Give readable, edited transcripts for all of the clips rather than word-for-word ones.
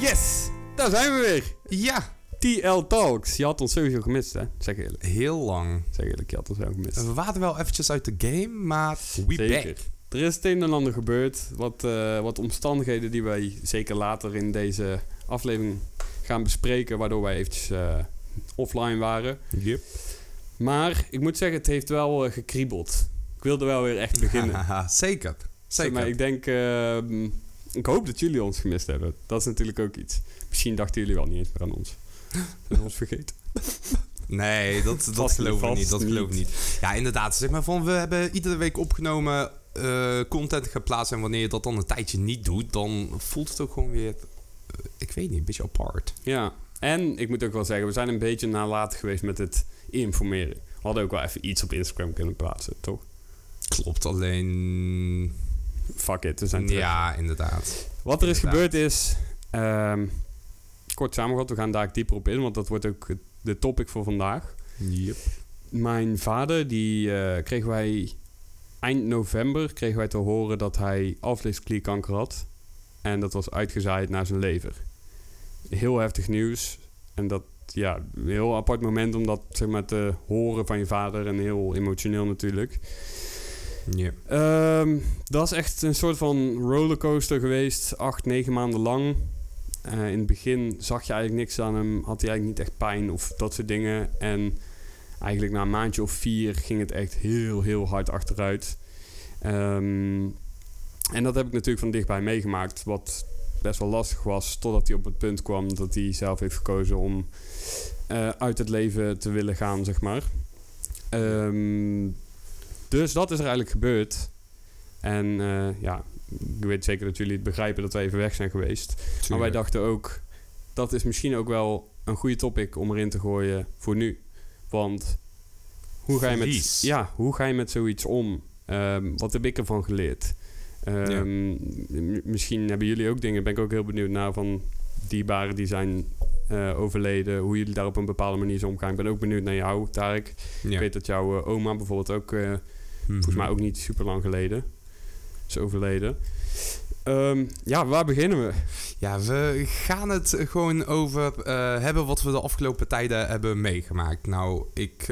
Yes! Daar zijn we weer. Ja. TL Talks. Je had ons sowieso gemist, hè? Zeg eerlijk. Heel lang. Zeg eerlijk, je had ons wel gemist. We waren wel eventjes uit de game, maar we Zeker. back. Er is het een en ander gebeurd. Wat omstandigheden die wij zeker later in deze aflevering gaan bespreken, waardoor wij eventjes offline waren. Yep. Maar ik moet zeggen, het heeft wel gekriebeld. Ik wilde wel weer echt beginnen. Zeker. Zeker. Maar ik denk... ik hoop dat jullie ons gemist hebben. Dat is natuurlijk ook iets. Misschien dachten jullie wel niet eens meer aan ons. Zijn we ons vergeten? Nee, dat geloven we niet. Dat geloven we niet. Ja, inderdaad. Zeg maar van, we hebben iedere week opgenomen, content geplaatst. En wanneer je dat dan een tijdje niet doet, dan voelt het ook gewoon weer, ik weet niet, een beetje apart. Ja, en ik moet ook wel zeggen, we zijn een beetje nalatig geweest met het informeren. We hadden ook wel even iets op Instagram kunnen plaatsen, toch? Klopt, alleen... Fuck it, we zijn terug. Ja, inderdaad. Wat er is gebeurd is... kort samengevat, we gaan daar dieper op in, want dat wordt ook de topic voor vandaag. Yep. Mijn vader, die kregen wij... Eind november kregen wij te horen dat hij alvleesklierkanker had. En dat was uitgezaaid naar zijn lever. Heel heftig nieuws. En dat, ja, een heel apart moment om dat zeg maar, te horen van je vader. En heel emotioneel natuurlijk. Yep. Dat is echt een soort van rollercoaster geweest. 8-9 maanden lang. In het begin zag je eigenlijk niks aan hem. Had hij eigenlijk niet echt pijn of dat soort dingen. En eigenlijk na een maandje of 4 ging het echt heel, heel hard achteruit. En dat heb ik natuurlijk van dichtbij meegemaakt. Wat best wel lastig was. Totdat hij op het punt kwam dat hij zelf heeft gekozen om uit het leven te willen gaan, zeg maar. Dus dat is er eigenlijk gebeurd. En ja, ik weet zeker dat jullie het begrijpen dat wij even weg zijn geweest. Tuurlijk. Maar wij dachten ook, dat is misschien ook wel een goede topic om erin te gooien voor nu. Want hoe ga je met zoiets om? Wat heb ik ervan geleerd? Misschien hebben jullie ook dingen, ben ik ook heel benieuwd naar, van dierbaren die zijn overleden, hoe jullie daar op een bepaalde manier zo omgaan. Ik ben ook benieuwd naar jou, Tarek. Ja. Ik weet dat jouw oma bijvoorbeeld ook, volgens mij ook niet super lang geleden, is overleden. Ja, waar beginnen we? Ja, we gaan het gewoon over hebben wat we de afgelopen tijden hebben meegemaakt. Nou,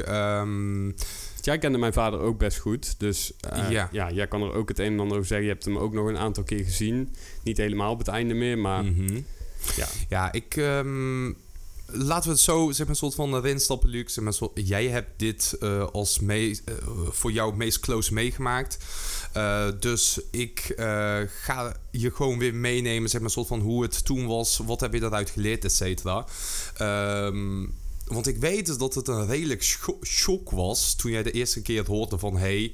Jij kende mijn vader ook best goed. Dus Ja, jij kan er ook het een en ander over zeggen. Je hebt hem ook nog een aantal keer gezien. Niet helemaal op het einde meer, maar... Ja, laten we het zo, zeg maar, soort van erin stappen, Luc. Zeg maar, jij hebt dit als voor jou het meest close meegemaakt. Dus ik ga je gewoon weer meenemen, zeg maar, soort van hoe het toen was. Wat heb je daaruit geleerd, et cetera. Want ik weet dat het een redelijk shock was toen jij de eerste keer het hoorde van...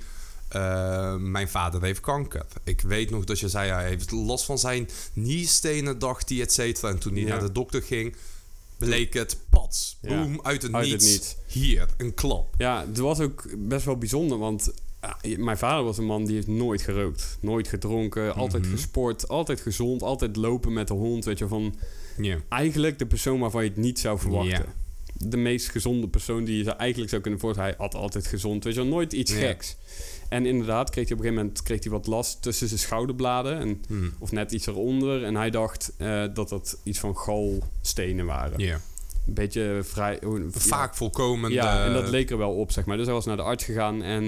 mijn vader heeft kanker. Ik weet nog dat je zei, hij heeft last van zijn nierstenen, dacht hij, et cetera. En toen hij naar de dokter ging, bleek het pats. Boom, uit het niets. Hier, een klap. Ja, het was ook best wel bijzonder, want mijn vader was een man die heeft nooit gerookt. Nooit gedronken, altijd gesport, altijd gezond, altijd lopen met de hond. Weet je, van eigenlijk de persoon waarvan je het niet zou verwachten. Yeah. De meest gezonde persoon die je eigenlijk zou kunnen voorstellen. Hij had altijd gezond, weet je wel, nooit iets geks. En inderdaad kreeg hij op een gegeven moment wat last tussen zijn schouderbladen. Of net iets eronder. En hij dacht dat iets van galstenen waren. Yeah. Een beetje vrij... Vaak voorkomend. Ja, en dat leek er wel op, zeg maar. Dus hij was naar de arts gegaan en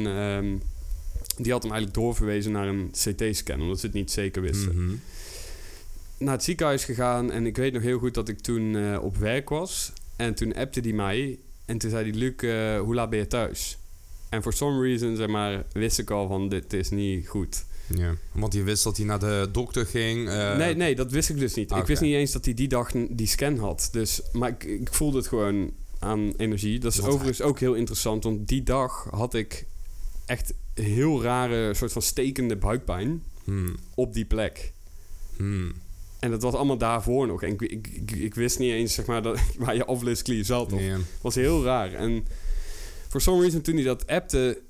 die had hem eigenlijk doorverwezen naar een CT-scan, omdat ze het niet zeker wisten. Naar het ziekenhuis gegaan en ik weet nog heel goed dat ik toen op werk was. En toen appte hij mij en toen zei hij, Luc, hoe laat ben je thuis? En for some reason, zeg maar, wist ik al van, dit is niet goed. Ja, want je wist dat hij naar de dokter ging. Nee, dat wist ik dus niet. Okay. Ik wist niet eens dat hij die dag die scan had. Dus, maar ik voelde het gewoon aan energie. Dat is overigens ook heel interessant, want die dag had ik echt heel rare, soort van stekende buikpijn op die plek. En dat was allemaal daarvoor nog. En ik wist niet eens, zeg maar, waar je afleesklier zat. Het was heel raar. En for some reason, toen hij dat appte...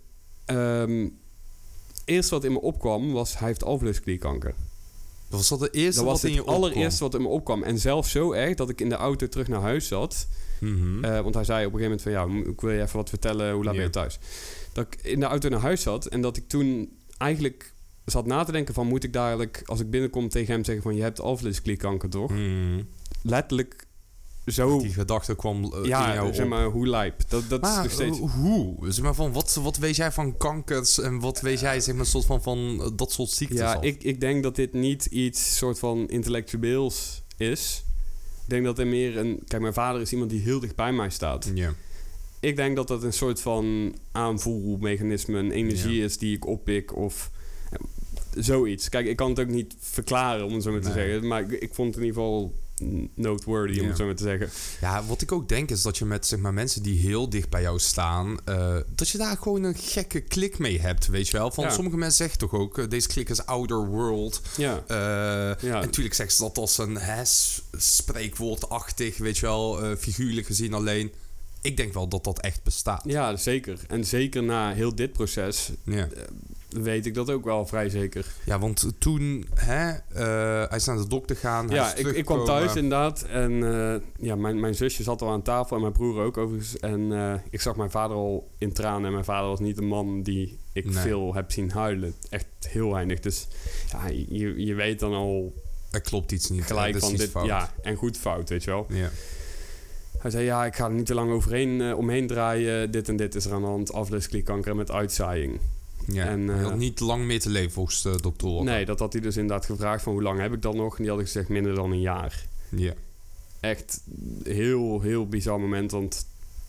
eerst wat in me opkwam, was... hij heeft alvleesklierkanker. Was dat de eerste dat wat in je opkwam? Dat was het allereerste wat in me opkwam. En zelfs zo erg dat ik in de auto terug naar huis zat. Want hij zei op een gegeven moment van... ja, ik wil je even wat vertellen. Hoe laat ben je thuis? Dat ik in de auto naar huis zat. En dat ik toen eigenlijk... zat na te denken van, moet ik dadelijk, als ik binnenkom, tegen hem zeggen van, je hebt alvleesklierkanker, toch? letterlijk zo... Die gedachte kwam in ja, jou zeg op. maar, hoe lijp. Dat is nog steeds... Hoe? Zeg maar van, wat weet jij van kankers en wat weet jij zeg maar, soort van dat soort ziektes Ja, af? ik denk dat dit niet iets soort van intellectueels is. Ik denk dat er meer een... Kijk, mijn vader is iemand die heel dicht bij mij staat. Ja. Ik denk dat dat een soort van aanvoelmechanisme, een energie is die ik oppik of zoiets. Kijk, ik kan het ook niet verklaren, om het zo maar te zeggen. Maar ik vond het in ieder geval noteworthy, om het zo maar te zeggen. Ja, wat ik ook denk is dat je met zeg maar, mensen die heel dicht bij jou staan... dat je daar gewoon een gekke klik mee hebt, weet je wel. Van sommige mensen zeggen toch ook... deze klik is outer world. Ja. En natuurlijk zeggen ze dat als een spreekwoordachtig, weet je wel... figuurlijk gezien alleen... Ik denk wel dat dat echt bestaat. Ja, zeker. En zeker na heel dit proces... weet ik dat ook wel vrij zeker. Ja, want toen hij is naar de dokter gaan. Ja, ik kwam thuis inderdaad. En mijn zusje zat al aan tafel en mijn broer ook overigens. En ik zag mijn vader al in tranen. En mijn vader was niet een man die ik veel heb zien huilen. Echt heel weinig. Dus ja, je weet dan al... Er klopt iets niet. Gelijk van dit, fout. Ja, en goed fout, weet je wel. Ja. Hij zei, ja, ik ga er niet te lang omheen draaien. Dit en dit is er aan de hand. Afleeskliekkanker met uitzaaiing. Ja, en, hij had niet lang meer te leven volgens de dokter. Nee, dat had hij dus inderdaad gevraagd van hoe lang heb ik dat nog? En die had ik gezegd minder dan een jaar. Ja. Echt heel, heel bizar moment, want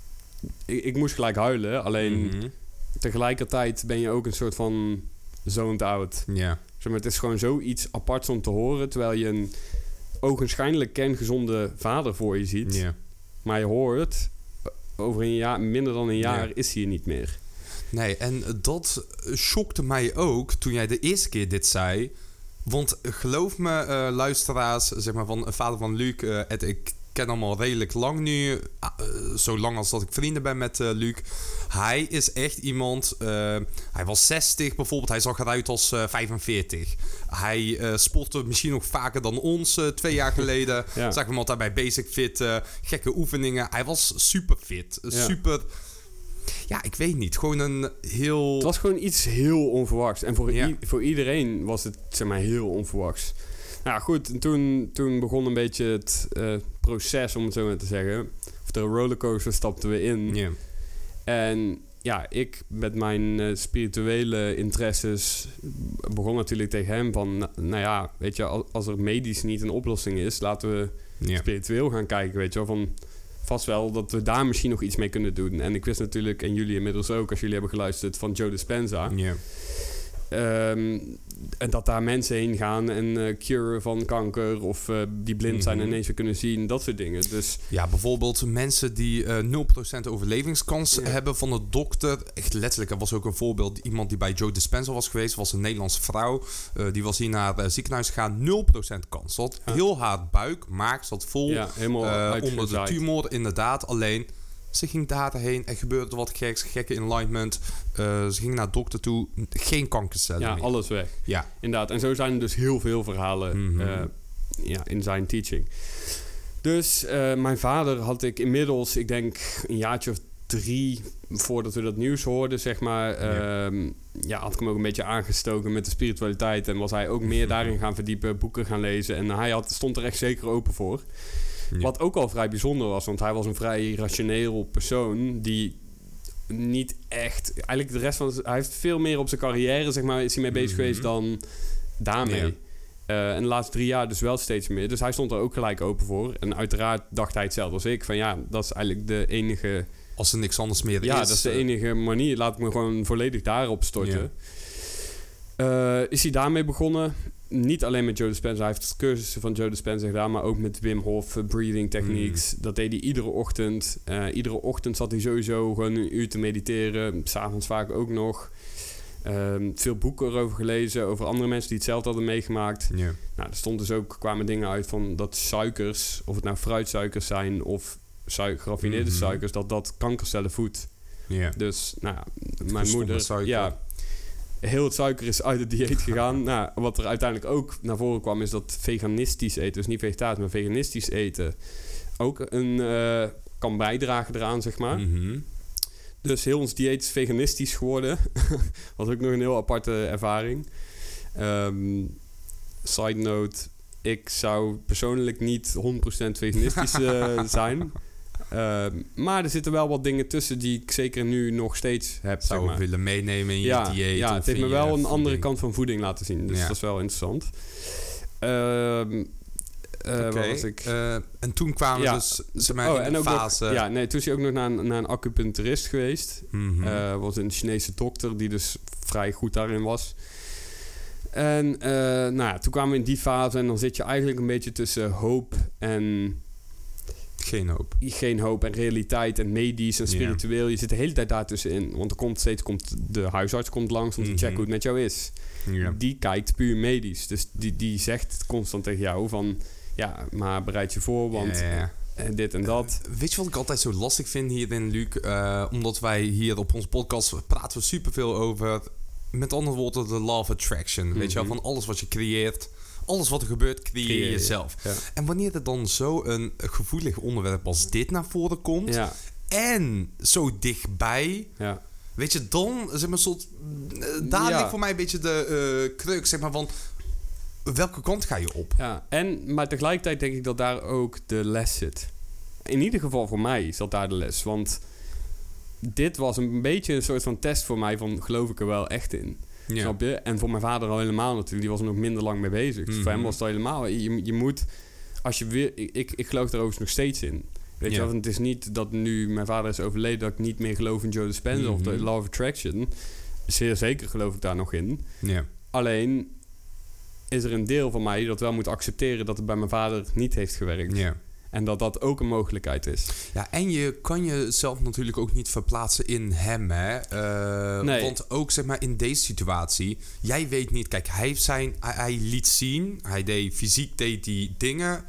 ik moest gelijk huilen. Alleen tegelijkertijd ben je ook een soort van zoned out. Ja. Zeg maar, het is gewoon zoiets aparts om te horen, terwijl je een ogenschijnlijk kerngezonde vader voor je ziet. Ja. Maar je hoort, over een jaar, minder dan een jaar is hij niet meer. Nee, en dat shockte mij ook toen jij de eerste keer dit zei. Want geloof me, luisteraars, zeg maar van vader van Luc, ik ken hem al redelijk lang nu. Zo lang als dat ik vrienden ben met Luc. Hij is echt iemand... hij was 60 bijvoorbeeld. Hij zag eruit als 45. Hij sportte misschien nog vaker dan ons 2 jaar geleden. Zag hem altijd bij Basic Fit. Gekke oefeningen. Hij was super fit. Super... Ja, ik weet niet. Gewoon een heel... Het was gewoon iets heel onverwachts. En voor iedereen was het, zeg maar, heel onverwachts. Nou goed, en toen begon een beetje het proces, om het zo maar te zeggen. Of de rollercoaster stapten we in. Yeah. En ja, ik met mijn spirituele interesses begon natuurlijk tegen hem van... Nou ja, weet je, als er medisch niet een oplossing is, laten we spiritueel gaan kijken, weet je wel. Van vast wel dat we daar misschien nog iets mee kunnen doen. En ik wist natuurlijk, en jullie inmiddels ook, als jullie hebben geluisterd, van Joe Dispenza. Ja. En dat daar mensen heen gaan en cure van kanker of die blind zijn en ineens weer kunnen zien, dat soort dingen. Dus ja, bijvoorbeeld mensen die 0% overlevingskans hebben van de dokter. Echt letterlijk, er was ook een voorbeeld. Iemand die bij Joe Dispenza was geweest, was een Nederlandse vrouw. Die was hier naar het ziekenhuis gegaan. 0% kans. Ze had heel haar buik, maag zat vol onder de tumor, inderdaad. Alleen... Ze ging daarheen, er gebeurde wat geks, gekke enlightenment. Ze ging naar de dokter toe, geen kankercellen meer. Alles weg. Ja, inderdaad. En zo zijn er dus heel veel verhalen in zijn teaching. Dus mijn vader had ik inmiddels, ik denk een jaartje of 3... voordat we dat nieuws hoorden, zeg maar... had ik hem ook een beetje aangestoken met de spiritualiteit. En was hij ook meer daarin gaan verdiepen, boeken gaan lezen. En hij stond er echt zeker open voor. Ja. Wat ook al vrij bijzonder was, want hij was een vrij rationeel persoon die niet echt... Eigenlijk de rest van... Hij heeft veel meer op zijn carrière, zeg maar, is hij mee bezig geweest dan daarmee. Ja. En de laatste 3 jaar dus wel steeds meer. Dus hij stond er ook gelijk open voor. En uiteraard dacht hij hetzelfde als ik. Van ja, dat is eigenlijk de enige... Als er niks anders meer is. Ja, dat is de enige manier. Laat ik me gewoon volledig daarop storten. Ja. Is hij daarmee begonnen... Niet alleen met Joe Dispenza. Hij heeft cursussen van Joe Dispenza gedaan, maar ook met Wim Hof, breathing techniques. Dat deed hij iedere ochtend. Iedere ochtend zat hij sowieso gewoon 1 uur te mediteren. 's Avonds vaak ook nog. Veel boeken erover gelezen, over andere mensen die hetzelfde hadden meegemaakt. Yeah. Nou, kwamen dingen uit van dat suikers, of het nou fruitsuikers zijn of geraffineerde suikers, dat kankercellen voedt. Yeah. Dus, nou ja, mijn moeder... Suiker. Heel het suiker is uit het dieet gegaan. Nou, wat er uiteindelijk ook naar voren kwam... is dat veganistisch eten, dus niet vegetarisch... maar veganistisch eten ook kan bijdragen eraan, zeg maar. Dus heel ons dieet is veganistisch geworden. Was ook nog een heel aparte ervaring. Side note... Ik zou persoonlijk niet 100% veganistisch zijn. Maar er zitten wel wat dingen tussen die ik zeker nu nog steeds heb. Zou willen meenemen in je dieet. Ja, het heeft me wel een andere kant van voeding laten zien. Dus dat is wel interessant. Waar was ik? En toen kwamen we dus in de fase... toen is hij ook nog naar een acupuncturist geweest. Was een Chinese dokter die dus vrij goed daarin was. En toen kwamen we in die fase en dan zit je eigenlijk een beetje tussen hoop en... Geen hoop en realiteit en medisch en spiritueel. Je zit de hele tijd daartussenin. Want de huisarts komt langs om te checken hoe het met jou is. Ja. Die kijkt puur medisch. Dus die zegt constant tegen jou van... Ja, maar bereid je voor, want dit en dat. Weet je wat ik altijd zo lastig vind hierin, Luc? Omdat wij hier op onze podcast praten we superveel over... Met andere woorden, de law of attraction. Weet je wel, van alles wat je creëert... Alles wat er gebeurt, creëer je zelf. Ja. En wanneer er dan zo een gevoelig onderwerp als dit naar voren komt... Ja. En zo dichtbij... Ja. Weet je, dan zeg maar soort... Daar ligt voor mij een beetje de crux, zeg maar, van... Welke kant ga je op? Ja, maar tegelijkertijd denk ik dat daar ook de les zit. In ieder geval voor mij zat daar de les. Want dit was een beetje een soort van test voor mij... van geloof ik er wel echt in? Ja. Snap je? En voor mijn vader al helemaal natuurlijk. Die was er nog minder lang mee bezig. Dus voor hem was het al helemaal... Je moet... Als je wil... Ik geloof er overigens nog steeds in. Weet je wel? Want het is niet dat nu mijn vader is overleden... dat ik niet meer geloof in Joe Dispenza of de Law of Attraction. Zeer zeker geloof ik daar nog in. Ja. Alleen is er een deel van mij dat wel moet accepteren... dat het bij mijn vader niet heeft gewerkt. Ja. En dat ook een mogelijkheid is. Ja, en je kan jezelf natuurlijk ook niet verplaatsen in hem, hè? Nee. Want ook, zeg maar, in deze situatie... Jij weet niet... Kijk, hij liet zien... Fysiek deed die dingen...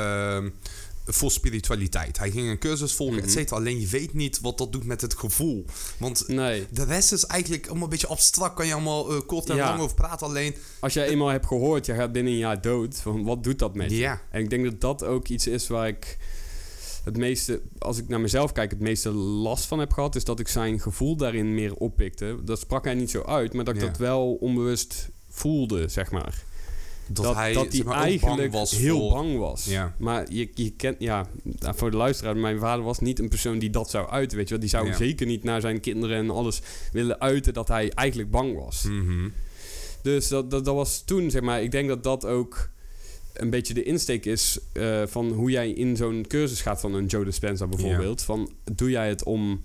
voor spiritualiteit. Hij ging een cursus volgen, et cetera. Alleen je weet niet wat dat doet met het gevoel. Want de rest is eigenlijk allemaal een beetje abstract. Kan je allemaal kort en lang over praten. Alleen... Als jij eenmaal hebt gehoord, je gaat binnen een jaar dood. Wat doet dat met je? Ja. En ik denk dat dat ook iets is waar ik het meeste... Als ik naar mezelf kijk, het meeste last van heb gehad... is dat ik zijn gevoel daarin meer oppikte. Dat sprak hij niet zo uit, maar dat ik dat wel onbewust voelde, zeg maar. Dat hij eigenlijk bang was. Ja. Maar je kent... Ja, voor de luisteraar... Mijn vader was niet een persoon die dat zou uiten, weet je wel. Die zou zeker niet naar zijn kinderen en alles willen uiten... dat hij eigenlijk bang was. Mm-hmm. Dus dat was toen, zeg maar... Ik denk dat ook een beetje de insteek is... van hoe jij in zo'n cursus gaat van een Joe Dispenza bijvoorbeeld. Ja. Van, doe jij het om...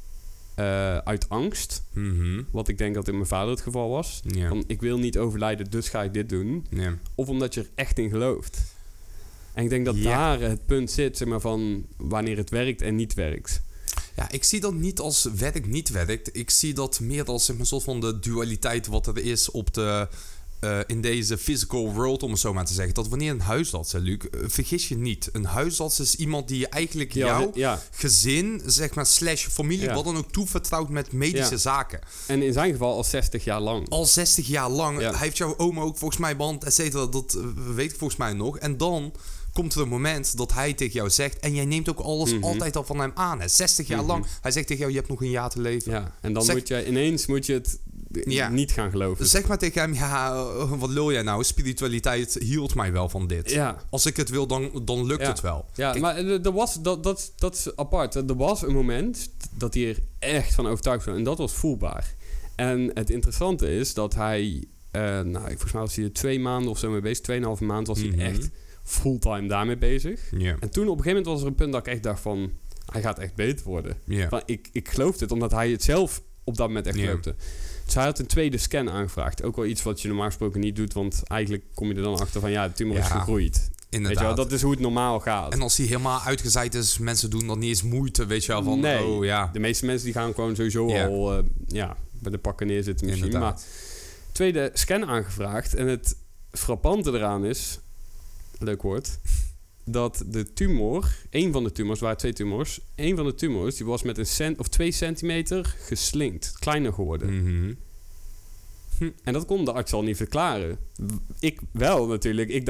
uit angst. Mm-hmm. Wat ik denk dat in mijn vader het geval was. Yeah. Van, ik wil niet overlijden, dus ga ik dit doen. Yeah. Of omdat je er echt in gelooft. En ik denk dat daar het punt zit, zeg maar, van wanneer het werkt en niet werkt. Ja, ik zie dat niet als werkt, niet werkt. Ik zie dat meer als, zeg maar, een soort van de dualiteit wat er is op de... in deze physical world, om het zo maar te zeggen. Dat wanneer een huisarts, Luc, vergis je niet. Een huisarts is iemand die je eigenlijk jouw gezin, zeg maar, / familie, wat dan ook toevertrouwt met medische zaken. En in zijn geval al 60 jaar lang. Al 60 jaar lang. Ja. Hij heeft jouw oma ook volgens mij behandeld, et cetera. Dat weet ik volgens mij nog. En dan komt er een moment dat hij tegen jou zegt... en jij neemt ook alles altijd al van hem aan. Hè. 60 jaar lang. Hij zegt tegen jou, je hebt nog een jaar te leven. Ja. En dan moet je het... niet gaan geloven. Zeg maar tegen hem, wat lul jij nou? Spiritualiteit hield mij wel van dit. Ja. Als ik het wil, dan lukt het wel. Ja, maar er was, dat is apart. Er was een moment dat hij er echt van overtuigd was. En dat was voelbaar. En het interessante is dat hij... volgens mij was hij er 2 maanden of zo mee bezig. 2,5 maand was hij echt fulltime daarmee bezig. Yeah. En toen op een gegeven moment was er een punt dat ik echt dacht van... hij gaat echt beter worden. Yeah. Van, ik geloof dit, omdat hij het zelf op dat moment echt geloofde. Dus hij had een tweede scan aangevraagd. Ook wel iets wat je normaal gesproken niet doet... want eigenlijk kom je er dan achter van... de tumor is gegroeid. Inderdaad. Weet je wel, dat is hoe het normaal gaat. En als die helemaal uitgezaaid is... mensen doen dan niet eens moeite, weet je wel. Van, de meeste mensen die gaan gewoon sowieso al... bij de pakken neerzitten misschien. Inderdaad. Maar tweede scan aangevraagd. En het frappante eraan is... leuk woord... dat de tumor... een van de tumors, waren 2 tumors... een van de tumors, die was met 2 centimeter geslinkt. Kleiner geworden. Mm-hmm. En dat kon de arts al niet verklaren. Ik wel natuurlijk. Ik dacht,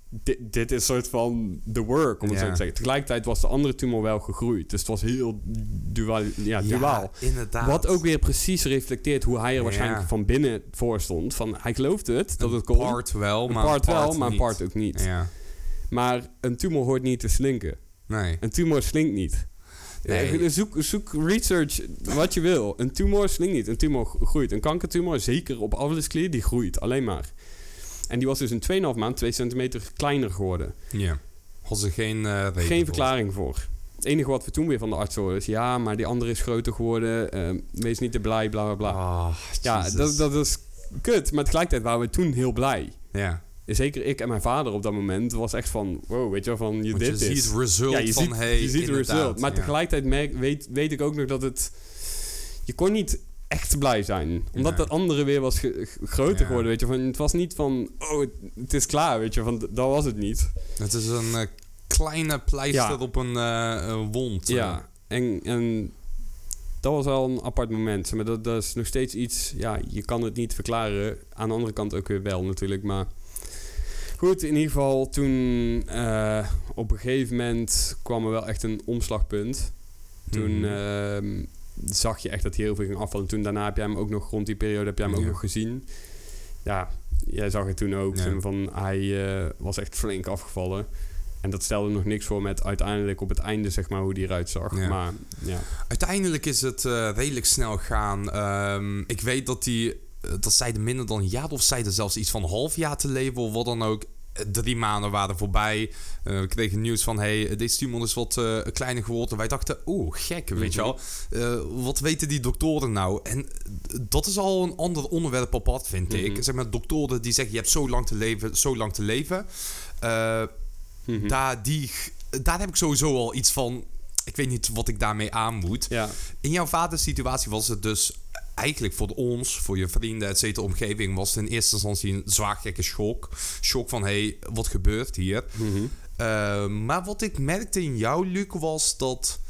dit is soort van the work, om het zo te zeggen. Tegelijkertijd was de andere tumor wel gegroeid. Dus het was heel duaal. Ja, inderdaad. Wat ook weer precies reflecteert hoe hij er waarschijnlijk van binnen voor stond. Van, hij geloofde het, dat het kon. Part wel, een maar part wel, niet. maar een part ook niet. Ja. Maar een tumor hoort niet te slinken. Nee. Een tumor slinkt niet. Nee. Zoek research wat je wil. Een tumor slinkt niet. Een tumor groeit. Een kankertumor, zeker op alvleesklier, die groeit alleen maar. En die was dus in 2,5 maand 2 centimeter kleiner geworden. Ja. Hadden ze geen reden geen verklaring voor. Het enige wat we toen weer van de arts hoorden is... ja, maar die andere is groter geworden. Wees niet te blij, bla, bla, bla. Oh, ja, dat is kut. Maar tegelijkertijd waren we toen heel blij. Ja. Zeker ik en mijn vader op dat moment was echt van... wow, weet je wel, van je dit is... je ziet result je van... ziet de result. Maar tegelijkertijd weet ik ook nog dat het... je kon niet echt blij zijn. Omdat de andere weer was groter geworden, weet je. Van, het was niet van... oh, het is klaar, weet je. Van, dat was het niet. Het is een kleine pleister op een wond. Ja, en dat was wel een apart moment. Maar dat is nog steeds iets... ja, je kan het niet verklaren. Aan de andere kant ook weer wel natuurlijk, maar... Goed, in ieder geval toen op een gegeven moment kwam er wel echt een omslagpunt. Toen zag je echt dat hij heel veel ging afvallen. Toen daarna heb jij hem ook nog, rond die periode heb jij hem ook nog gezien. Ja, jij zag het toen ook. Van, hij was echt flink afgevallen. En dat stelde nog niks voor met uiteindelijk op het einde, zeg maar, hoe die eruit zag. Ja. Maar ja. Uiteindelijk is het redelijk snel gegaan. Ik weet dat hij... dat zeiden minder dan een jaar of zeiden zelfs iets van een half jaar te leven of wat dan ook. 3 maanden waren voorbij. We kregen nieuws van... deze tumor is wat kleiner geworden. Wij dachten, gek, weet je wel. Wat weten die doktoren nou? En dat is al een ander onderwerp apart, vind ik. Zeg maar, doktoren die zeggen... je hebt zo lang te leven. Daar heb ik sowieso al iets van... ik weet niet wat ik daarmee aan moet. Ja. In jouw vaders situatie was het dus... eigenlijk voor ons, voor je vrienden, et cetera, omgeving... was het in eerste instantie een zwaar gekke schok. Schok van, wat gebeurt hier? Maar wat ik merkte in jou, Luc, was dat...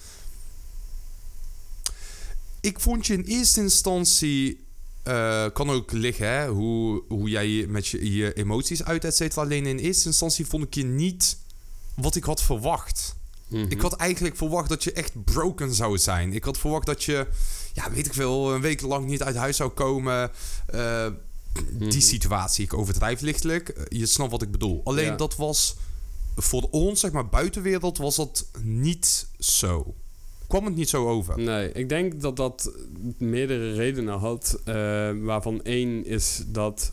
ik vond je in eerste instantie... kan ook liggen, hè, hoe jij met je emoties uit, et cetera. Alleen in eerste instantie vond ik je niet wat ik had verwacht. Ik had eigenlijk verwacht dat je echt broken zou zijn. Ik had verwacht dat je... ja, weet ik veel, een week lang niet uit huis zou komen. Die situatie, ik overdrijf lichtelijk. Je snapt wat ik bedoel. Alleen dat was voor ons, zeg maar, buitenwereld was dat niet zo. Kwam het niet zo over? Nee, ik denk dat dat meerdere redenen had. Waarvan één is dat...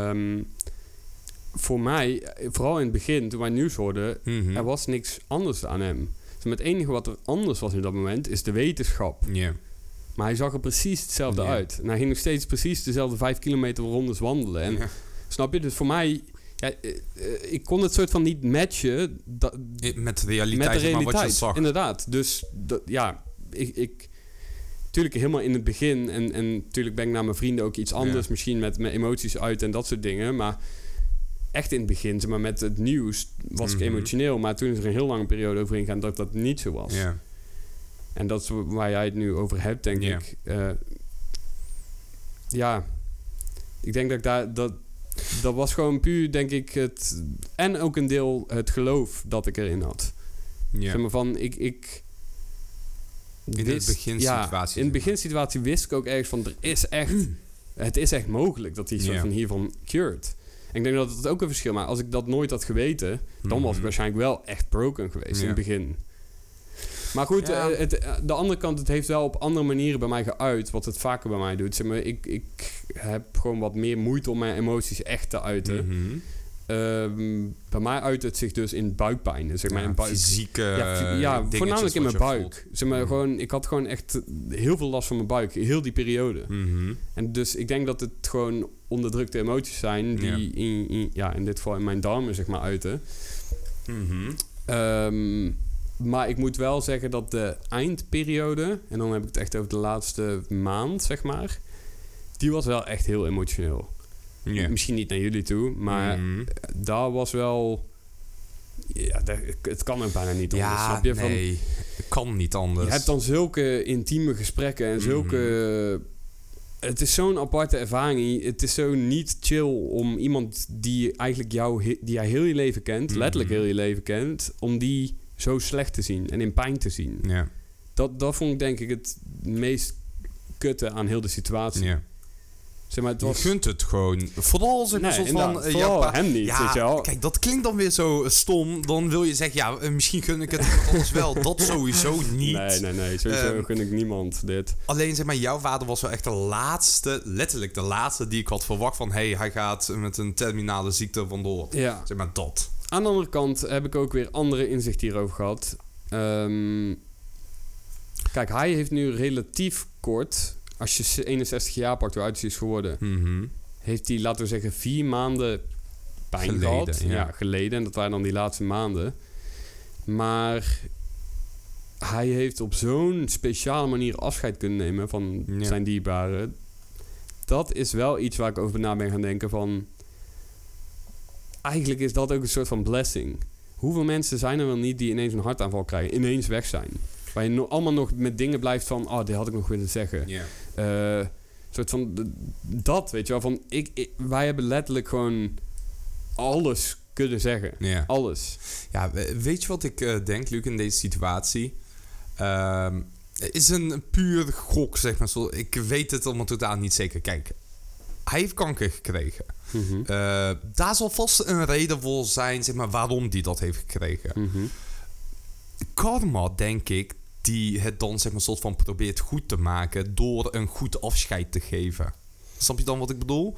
voor mij, vooral in het begin, toen wij nieuws hoorden... er was niks anders aan hem. Dus het enige wat er anders was in dat moment... is de wetenschap. Yeah. Maar hij zag er precies hetzelfde uit. En hij ging nog steeds precies dezelfde 5 kilometer rondes wandelen. En snap je? Dus voor mij... ja, ik kon het soort van niet matchen... met de realiteit, maar wat je zag. Inderdaad. Dus ik natuurlijk helemaal in het begin... en natuurlijk ben ik naar mijn vrienden ook iets anders... misschien met mijn emoties uit en dat soort dingen. Maar echt in het begin, zeg maar, met het nieuws... was ik emotioneel. Maar toen is er een heel lange periode overheen gegaan... dat niet zo was. Ja. En dat is waar jij het nu over hebt, denk ik. Ik denk dat was gewoon puur, denk ik, het... en ook een deel het geloof dat ik erin had. Ja. Zeg maar van, in de beginsituatie. In de beginsituatie wist ik ook ergens van, er is echt... het is echt mogelijk dat hij soort van hiervan cured. En ik denk dat het ook een verschil... maar als ik dat nooit had geweten... dan was ik waarschijnlijk wel echt broken geweest in het begin. Maar goed, de andere kant, het heeft wel op andere manieren bij mij geuit... wat het vaker bij mij doet. Zeg maar, ik heb gewoon wat meer moeite om mijn emoties echt te uiten. Bij mij uit het zich dus in buikpijn. Zeg maar, in fysieke voornamelijk in mijn buik. Zeg maar, gewoon, ik had gewoon echt heel veel last van mijn buik. Heel die periode. En dus ik denk dat het gewoon onderdrukte emoties zijn... die in dit geval in mijn darmen, zeg maar, uiten. Maar ik moet wel zeggen dat de eindperiode... en dan heb ik het echt over de laatste maand, zeg maar... die was wel echt heel emotioneel. Yeah. Misschien niet naar jullie toe, maar daar was wel... ja, het kan ook bijna niet anders. Ja, snap je? het kan niet anders. Je hebt dan zulke intieme gesprekken... en zulke Het is zo'n aparte ervaring. Het is zo niet chill om iemand die eigenlijk die jij heel je leven kent, letterlijk heel je leven kent, om die zo slecht te zien en in pijn te zien. Ja. Dat vond ik denk ik het meest kutte aan heel de situatie. Ja. Zeg maar, het was... Je gunt het gewoon. Vooral zeg maar soort van... vooral hem niet, weet je wel. Kijk, dat klinkt dan weer zo stom. Dan wil je zeggen, misschien gun ik het iemand anders wel. Dat sowieso niet. Nee. Sowieso gun ik niemand dit. Alleen, zeg maar, jouw vader was wel echt de laatste, letterlijk de laatste die ik had verwacht van... hij gaat met een terminale ziekte vandoor. Ja. Zeg maar, dat. Aan de andere kant heb ik ook weer andere inzichten hierover gehad. Kijk, hij heeft nu relatief kort... Als je 61 jaar pakt, hoe oud hij is geworden... heeft hij, laten we zeggen, 4 maanden pijn gehad. Ja, geleden. En dat waren dan die laatste maanden. Maar hij heeft op zo'n speciale manier afscheid kunnen nemen... van zijn dierbaren. Dat is wel iets waar ik over na ben gaan denken van... Eigenlijk is dat ook een soort van blessing. Hoeveel mensen zijn er wel niet die ineens een hartaanval krijgen? Ineens weg zijn. Waar je allemaal nog met dingen blijft van... Oh, dit had ik nog willen zeggen. Yeah. Soort van... Dat, weet je wel. Van, wij hebben letterlijk gewoon... alles kunnen zeggen. Yeah. Alles. Ja, weet je wat ik denk, Luc, in deze situatie? Is een puur gok, zeg maar. Ik weet het allemaal totaal niet zeker. Kijk, hij heeft kanker gekregen. Daar zal vast een reden voor zijn, zeg maar, waarom hij dat heeft gekregen. Karma, denk ik, die het dan, zeg maar, soort van probeert goed te maken door een goed afscheid te geven. Snap je dan wat ik bedoel?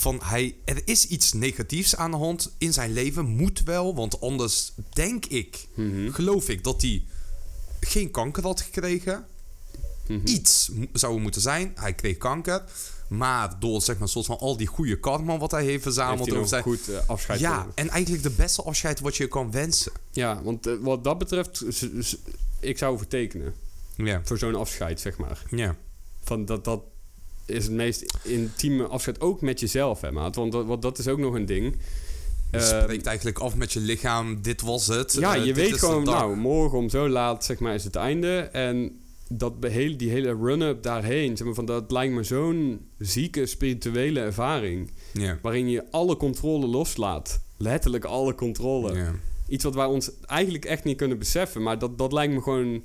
Er is iets negatiefs aan de hand in zijn leven, moet wel, want anders denk ik, geloof ik, dat hij geen kanker had gekregen. Iets zou er moeten zijn. Hij kreeg kanker. Maar door, zeg maar, een soort van al die goede karma wat hij heeft verzameld. Heeft hij goed afscheid. Ja, en eigenlijk de beste afscheid wat je kan wensen. Ja, want wat dat betreft, ik zou vertekenen. Ja. Voor zo'n afscheid, zeg maar. Ja. Van dat is het meest intieme afscheid, ook met jezelf, hè, maat. Want dat is ook nog een ding. Je spreekt eigenlijk af met je lichaam, dit was het. Ja, je weet gewoon, nou, morgen om zo laat, zeg maar, is het einde. En die hele run-up daarheen, zeg maar, van dat lijkt me zo'n zieke spirituele ervaring. Yeah. Waarin je alle controle loslaat. Letterlijk alle controle. Yeah. Iets wat wij ons eigenlijk echt niet kunnen beseffen. Maar dat lijkt me gewoon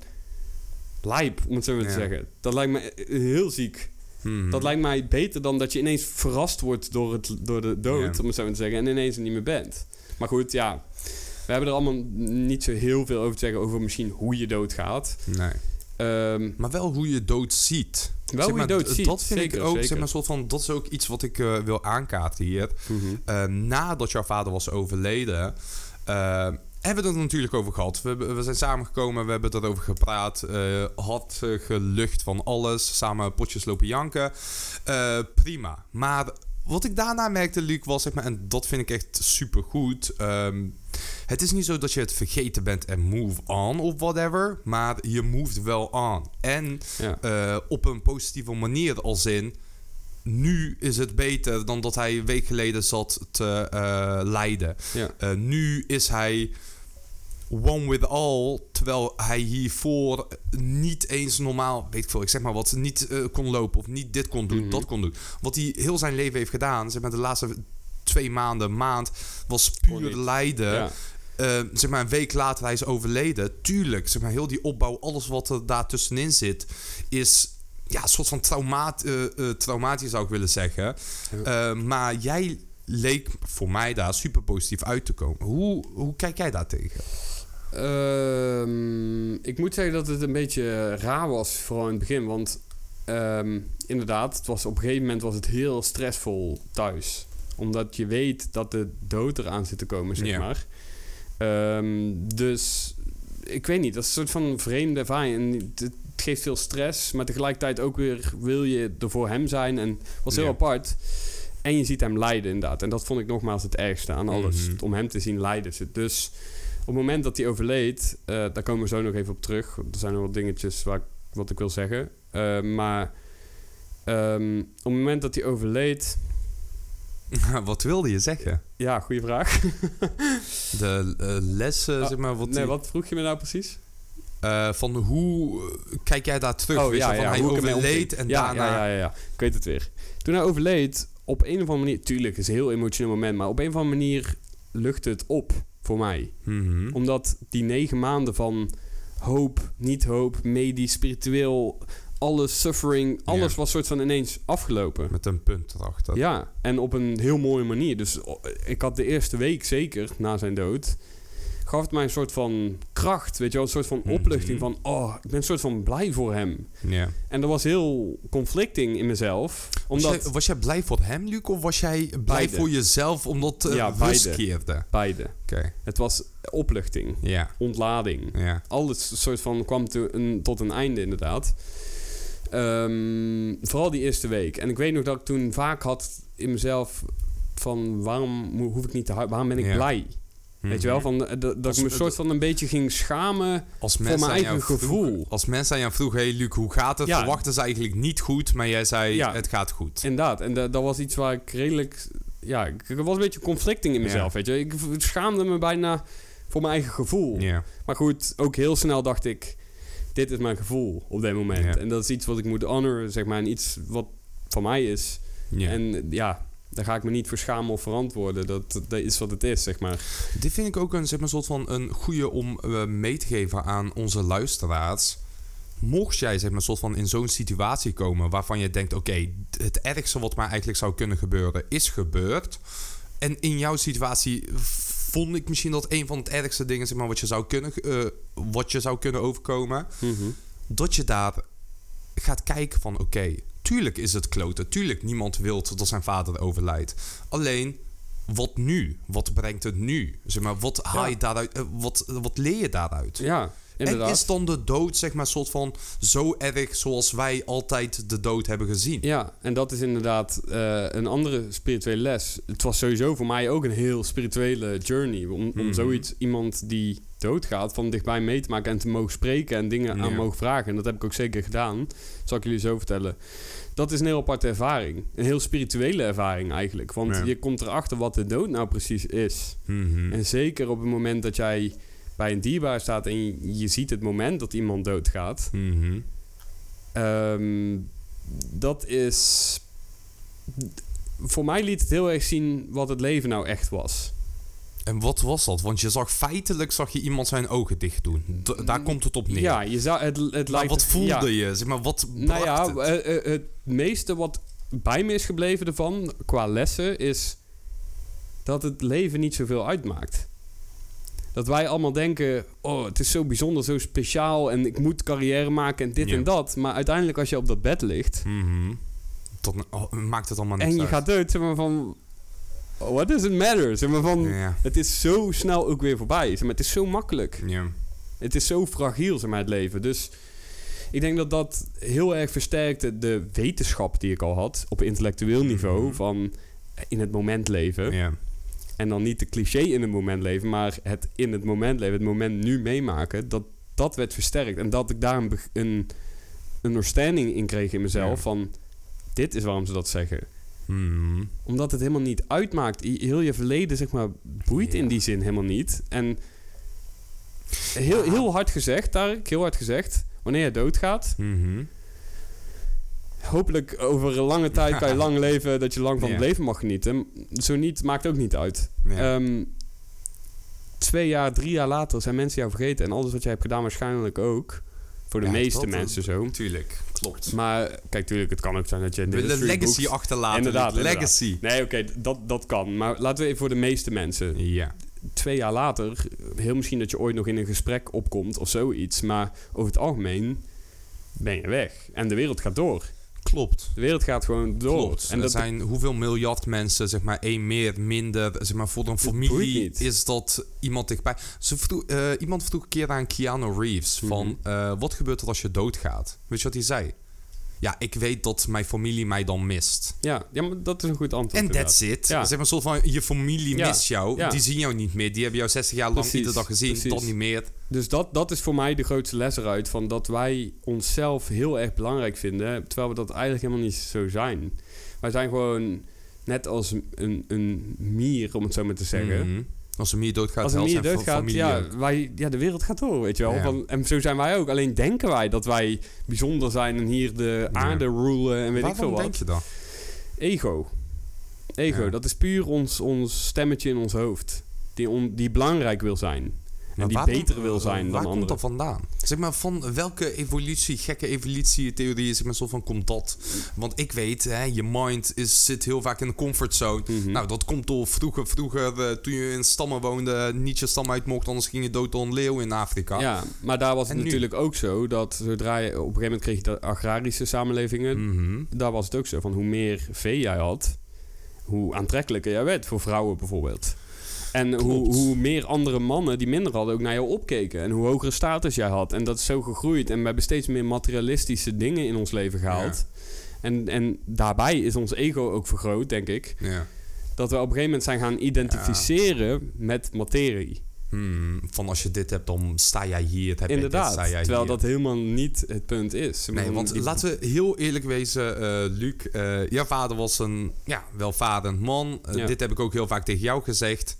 lijp, om het zo maar te zeggen. Dat lijkt me heel ziek. Dat lijkt mij beter dan dat je ineens verrast wordt door de dood, om het zo maar te zeggen. En ineens er niet meer bent. Maar goed, ja. We hebben er allemaal niet zo heel veel over te zeggen over misschien hoe je doodgaat. Nee. Maar wel hoe je dood ziet. Wel hoe je dood ziet. Dat vind ik ook, zeg maar, soort van, dat is ook iets wat ik wil aankaarten hier. Nadat jouw vader was overleden, hebben we het er natuurlijk over gehad. We zijn samengekomen, we hebben erover gepraat. Had gelucht van alles. Samen potjes lopen janken. Prima. Maar wat ik daarna merkte, Luc, was, zeg maar, en dat vind ik echt supergoed. Het is niet zo dat je het vergeten bent en move on of whatever. Maar je moved wel on. En op een positieve manier, als in... Nu is het beter dan dat hij een week geleden zat te lijden. Ja. Nu is hij one with all, terwijl hij hiervoor niet eens normaal, weet ik veel, ik zeg maar wat, niet kon lopen of niet dit kon doen, dat kon doen. Wat hij heel zijn leven heeft gedaan, zeg maar de laatste 2 maand, was puur lijden. Ja. Zeg maar een week later hij is overleden. Tuurlijk, zeg maar heel die opbouw, alles wat er daar tussenin zit, is... Ja, een soort van traumatisch zou ik willen zeggen. Ja. Maar jij leek voor mij daar super positief uit te komen. Hoe kijk jij daar tegen? Ik moet zeggen dat het een beetje raar was, vooral in het begin. Want inderdaad, op een gegeven moment was het heel stressvol thuis. Omdat je weet dat de dood eraan zit te komen, zeg maar. Dus ik weet niet, dat is een soort van vreemde ervaring. En het geeft veel stress, maar tegelijkertijd ook weer wil je er voor hem zijn. En was heel apart. En je ziet hem lijden, inderdaad. En dat vond ik nogmaals het ergste aan alles. Om hem te zien lijden. Dus op het moment dat hij overleed, daar komen we zo nog even op terug. Er zijn nog wat dingetjes wat ik wil zeggen. Maar op het moment dat hij overleed... Wat wilde je zeggen? Ja, goede vraag. De lessen, zeg maar... Wat vroeg je me nou precies? Van hoe kijk jij daar terug? Weet je, van hij overleed en daarna... Ja. Ik weet het weer. Toen hij overleed, op een of andere manier... Tuurlijk, het is een heel emotioneel moment... maar op een of andere manier lucht het op voor mij. Mm-hmm. Omdat die 9 maanden van hoop, niet hoop, medisch, spiritueel... alles, suffering, alles was soort van ineens afgelopen. Met een punt erachter. Ja, en op een heel mooie manier. Dus ik had de eerste week zeker, na zijn dood... gaf het mij een soort van kracht, weet je wel, een soort van opluchting van... ik ben een soort van blij voor hem. Ja. En dat was heel conflicting in mezelf. Omdat... Was jij blij voor hem, Luc, of was jij blij voor jezelf omdat het rust keerde? Beide. Okay. Het was opluchting, ontlading. Ja. Alles soort van kwam tot een einde inderdaad. Vooral die eerste week. En ik weet nog dat ik toen vaak had in mezelf van... waarom hoef ik niet te huilen? Waarom ben ik blij? Weet je wel, van, dat ik me soort van een beetje ging schamen voor mijn eigen gevoel. Als mensen aan jou vroegen, hey Luc, hoe gaat het? Verwachten ze eigenlijk niet goed, maar jij zei, het gaat goed. Inderdaad, en dat was iets waar ik redelijk... Ja, ik was een beetje conflicting in mezelf, weet je. Ik schaamde me bijna voor mijn eigen gevoel. Ja. Maar goed, ook heel snel dacht ik... Dit is mijn gevoel op dit moment. Ja. En dat is iets wat ik moet honoren, zeg maar. En iets wat van mij is. Ja. En daar ga ik me niet voor schamen of verantwoorden. Dat is wat het is, zeg maar. Dit vind ik ook een soort van een goede om mee te geven aan onze luisteraars. Mocht jij zeg maar soort van in zo'n situatie komen waarvan je denkt... Oké, het ergste wat mij eigenlijk zou kunnen gebeuren is gebeurd. En in jouw situatie vond ik misschien dat een van het ergste dingen... Zeg maar, wat je zou kunnen overkomen. Mm-hmm. Dat je daar gaat kijken van... Oké, tuurlijk is het kloten. Tuurlijk, niemand wil dat zijn vader overlijdt. Alleen, wat nu? Wat brengt het nu? Zeg maar, wat haal je daaruit? Wat leer je daaruit? Ja, inderdaad. En is dan de dood, zeg maar, soort van zo erg zoals wij altijd de dood hebben gezien? Ja, en dat is inderdaad een andere spirituele les. Het was sowieso voor mij ook een heel spirituele journey. Om zoiets, iemand die doodgaat, van dichtbij mee te maken en te mogen spreken en dingen aan mogen vragen. En dat heb ik ook zeker gedaan. Zal ik jullie zo vertellen. Dat is een heel aparte ervaring. Een heel spirituele ervaring eigenlijk. Want je komt erachter wat de dood nou precies is. Mm-hmm. En zeker op het moment dat jij bij een dierbaar staat en je ziet het moment dat iemand doodgaat. Mm-hmm. Dat is... Voor mij liet het heel erg zien wat het leven nou echt was. En wat was dat? Want je zag je iemand zijn ogen dicht doen. Daar komt het op neer. Ja, je zou het lijkt... Wat voelde je? Zeg maar, wat bracht het? Het meeste wat bij me is gebleven ervan, qua lessen, is dat het leven niet zoveel uitmaakt. Dat wij allemaal denken, het is zo bijzonder, zo speciaal en ik moet carrière maken en dit en dat. Maar uiteindelijk als je op dat bed ligt... Mm-hmm. Dan maakt het allemaal niks uit. En je gaat dood, zeg maar van... What does it matter? Zeg maar van, het is zo snel ook weer voorbij. Zeg maar, het is zo makkelijk. Ja. Het is zo fragiel, zeg maar, het leven. Dus ik denk dat dat heel erg versterkte de wetenschap die ik al had... op intellectueel niveau van in het moment leven. Ja. En dan niet de cliché in het moment leven... maar het in het moment leven, het moment nu meemaken... dat werd versterkt. En dat ik daar een understanding in kreeg in mezelf van... dit is waarom ze dat zeggen. Mm. Omdat het helemaal niet uitmaakt. Heel je verleden, zeg maar, boeit in die zin helemaal niet. En heel hard gezegd, Tarek, heel hard gezegd... wanneer je doodgaat... Mm-hmm. hopelijk over een lange tijd kan je lang leven... dat je lang van het leven mag genieten. Zo niet, maakt ook niet uit. Ja. 2 jaar, 3 jaar later zijn mensen jou vergeten... en alles wat jij hebt gedaan waarschijnlijk ook... Voor de meeste mensen zo. Tuurlijk, klopt. Maar kijk, tuurlijk, het kan ook zijn dat je... De legacy achterlaten. Inderdaad. Legacy. Nee, oké, dat kan. Maar laten we even voor de meeste mensen. Ja. 2 jaar later, heel misschien dat je ooit nog in een gesprek opkomt of zoiets. Maar over het algemeen ben je weg. En de wereld gaat door. Klopt. De wereld gaat gewoon door. Klopt. En er zijn hoeveel miljard mensen, zeg maar, 1 meer, minder, zeg maar, voor een familie is dat iemand dichtbij. Iemand vroeg een keer aan Keanu Reeves van, wat gebeurt er als je doodgaat? Weet je wat hij zei? Ja, ik weet dat mijn familie mij dan mist. Ja, maar dat is een goed antwoord. En that's it. Ja. Zeg maar, een soort van, je familie mist jou. Ja. Die zien jou niet meer. Die hebben jou 60 jaar lang iedere dag gezien. Dat niet meer. Dus dat is voor mij de grootste les eruit. Van dat wij onszelf heel erg belangrijk vinden. Terwijl we dat eigenlijk helemaal niet zo zijn. Wij zijn gewoon net als een mier, om het zo maar te zeggen. Mm-hmm. Als een mier doodgaat, als een mier doodgaat, de wereld gaat door, weet je wel. Ja. En zo zijn wij ook. Alleen denken wij dat wij bijzonder zijn en hier de aarde rulen en weet ik veel wat. Waarom denk je dat? Ego, dat is puur ons stemmetje in ons hoofd. Die belangrijk wil zijn. En die beter wil zijn dan anderen. Waar komt dat vandaan? Zeg maar, van welke gekke evolutietheorie zeg maar, soort van komt dat? Want ik weet, je mind zit heel vaak in de comfortzone. Mm-hmm. Nou, dat komt door vroeger toen je in stammen woonde, niet je stam uit mocht, anders ging je dood door een leeuw in Afrika. Ja, maar daar was het natuurlijk ook zo dat zodra je op een gegeven moment kreeg je de agrarische samenlevingen. Daar was het ook zo van hoe meer vee jij had, hoe aantrekkelijker jij werd voor vrouwen bijvoorbeeld. En hoe meer andere mannen die minder hadden ook naar jou opkeken. En hoe hogere status jij had. En dat is zo gegroeid. En we hebben steeds meer materialistische dingen in ons leven gehaald. Ja. En daarbij is ons ego ook vergroot, denk ik. Ja. Dat we op een gegeven moment zijn gaan identificeren met materie. Van als je dit hebt, dan sta jij hier. Inderdaad, sta jij terwijl hier. Dat helemaal niet het punt is. Nee, want laten we heel eerlijk wezen, Luc. Jouw vader was een welvarend man. Dit heb ik ook heel vaak tegen jou gezegd.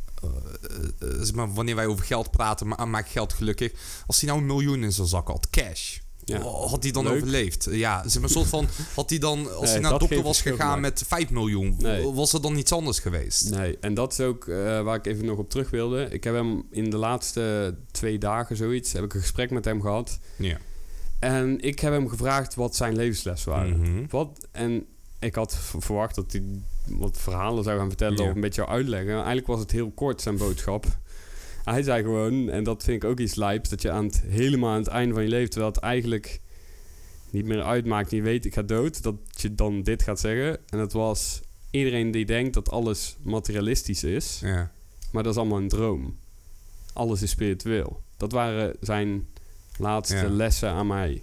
Maar wanneer wij over geld praten, maakt geld gelukkig. Als hij nou 1 miljoen in zijn zak had, cash, had hij dan overleefd? Ja, zeg maar, soort van, had hij dan, als hij naar de dokter was gegaan met 5 miljoen, was er dan iets anders geweest? Nee, en dat is ook waar ik even nog op terug wilde. Ik heb hem in de laatste 2 dagen zoiets, heb ik een gesprek met hem gehad. Ja. En ik heb hem gevraagd wat zijn levenslessen waren. En ik had verwacht dat hij wat verhalen zou gaan vertellen of een beetje zou uitleggen. Eigenlijk was het heel kort, zijn boodschap. Hij zei gewoon, en dat vind ik ook iets lijps, dat je helemaal aan het einde van je leven, terwijl het eigenlijk niet meer uitmaakt, niet weet, ik ga dood, dat je dan dit gaat zeggen. En dat was iedereen die denkt dat alles materialistisch is, maar dat is allemaal een droom. Alles is spiritueel. Dat waren zijn laatste lessen aan mij.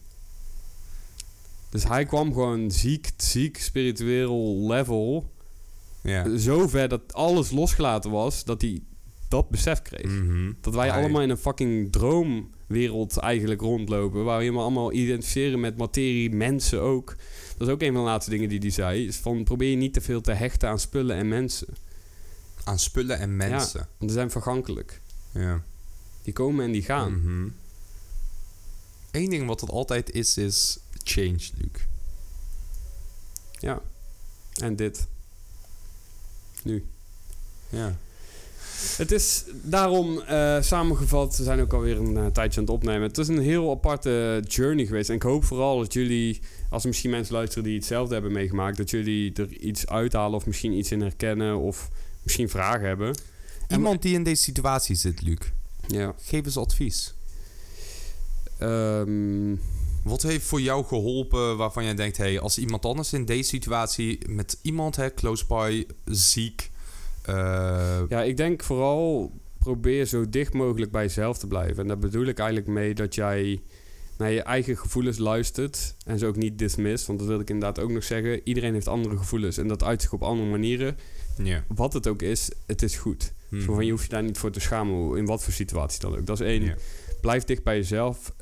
Dus hij kwam gewoon ziek spiritueel level. Ja. Zo ver dat alles losgelaten was, dat hij dat besef kreeg. Dat wij allemaal in een fucking droomwereld eigenlijk rondlopen. Waar we helemaal allemaal identificeren met materie, mensen ook. Dat is ook een van de laatste dingen die hij zei. Is van, probeer je niet te veel te hechten aan spullen en mensen. Aan spullen en mensen? Ja, want die zijn vergankelijk. Ja. Die komen en die gaan. Eén ding wat het altijd is change, Luc. Ja. En dit. Nu. Ja. Het is daarom samengevat, we zijn ook alweer een tijdje aan het opnemen. Het is een heel aparte journey geweest. En ik hoop vooral dat jullie, als er misschien mensen luisteren die hetzelfde hebben meegemaakt, dat jullie er iets uithalen of misschien iets in herkennen of misschien vragen hebben. Iemand die in deze situatie zit, Luc. Ja. Geef eens advies. Wat heeft voor jou geholpen waarvan jij denkt, als iemand anders in deze situatie met iemand, close by, ziek. Ja, ik denk vooral probeer zo dicht mogelijk bij jezelf te blijven. En daar bedoel ik eigenlijk mee dat jij naar je eigen gevoelens luistert en ze ook niet dismist. Want dat wil ik inderdaad ook nog zeggen. Iedereen heeft andere gevoelens en dat uit zich op andere manieren. Yeah. Wat het ook is, het is goed. Zo van, je hoeft je daar niet voor te schamen, in wat voor situatie dan ook. Dat is 1. Yeah. Blijf dicht bij jezelf.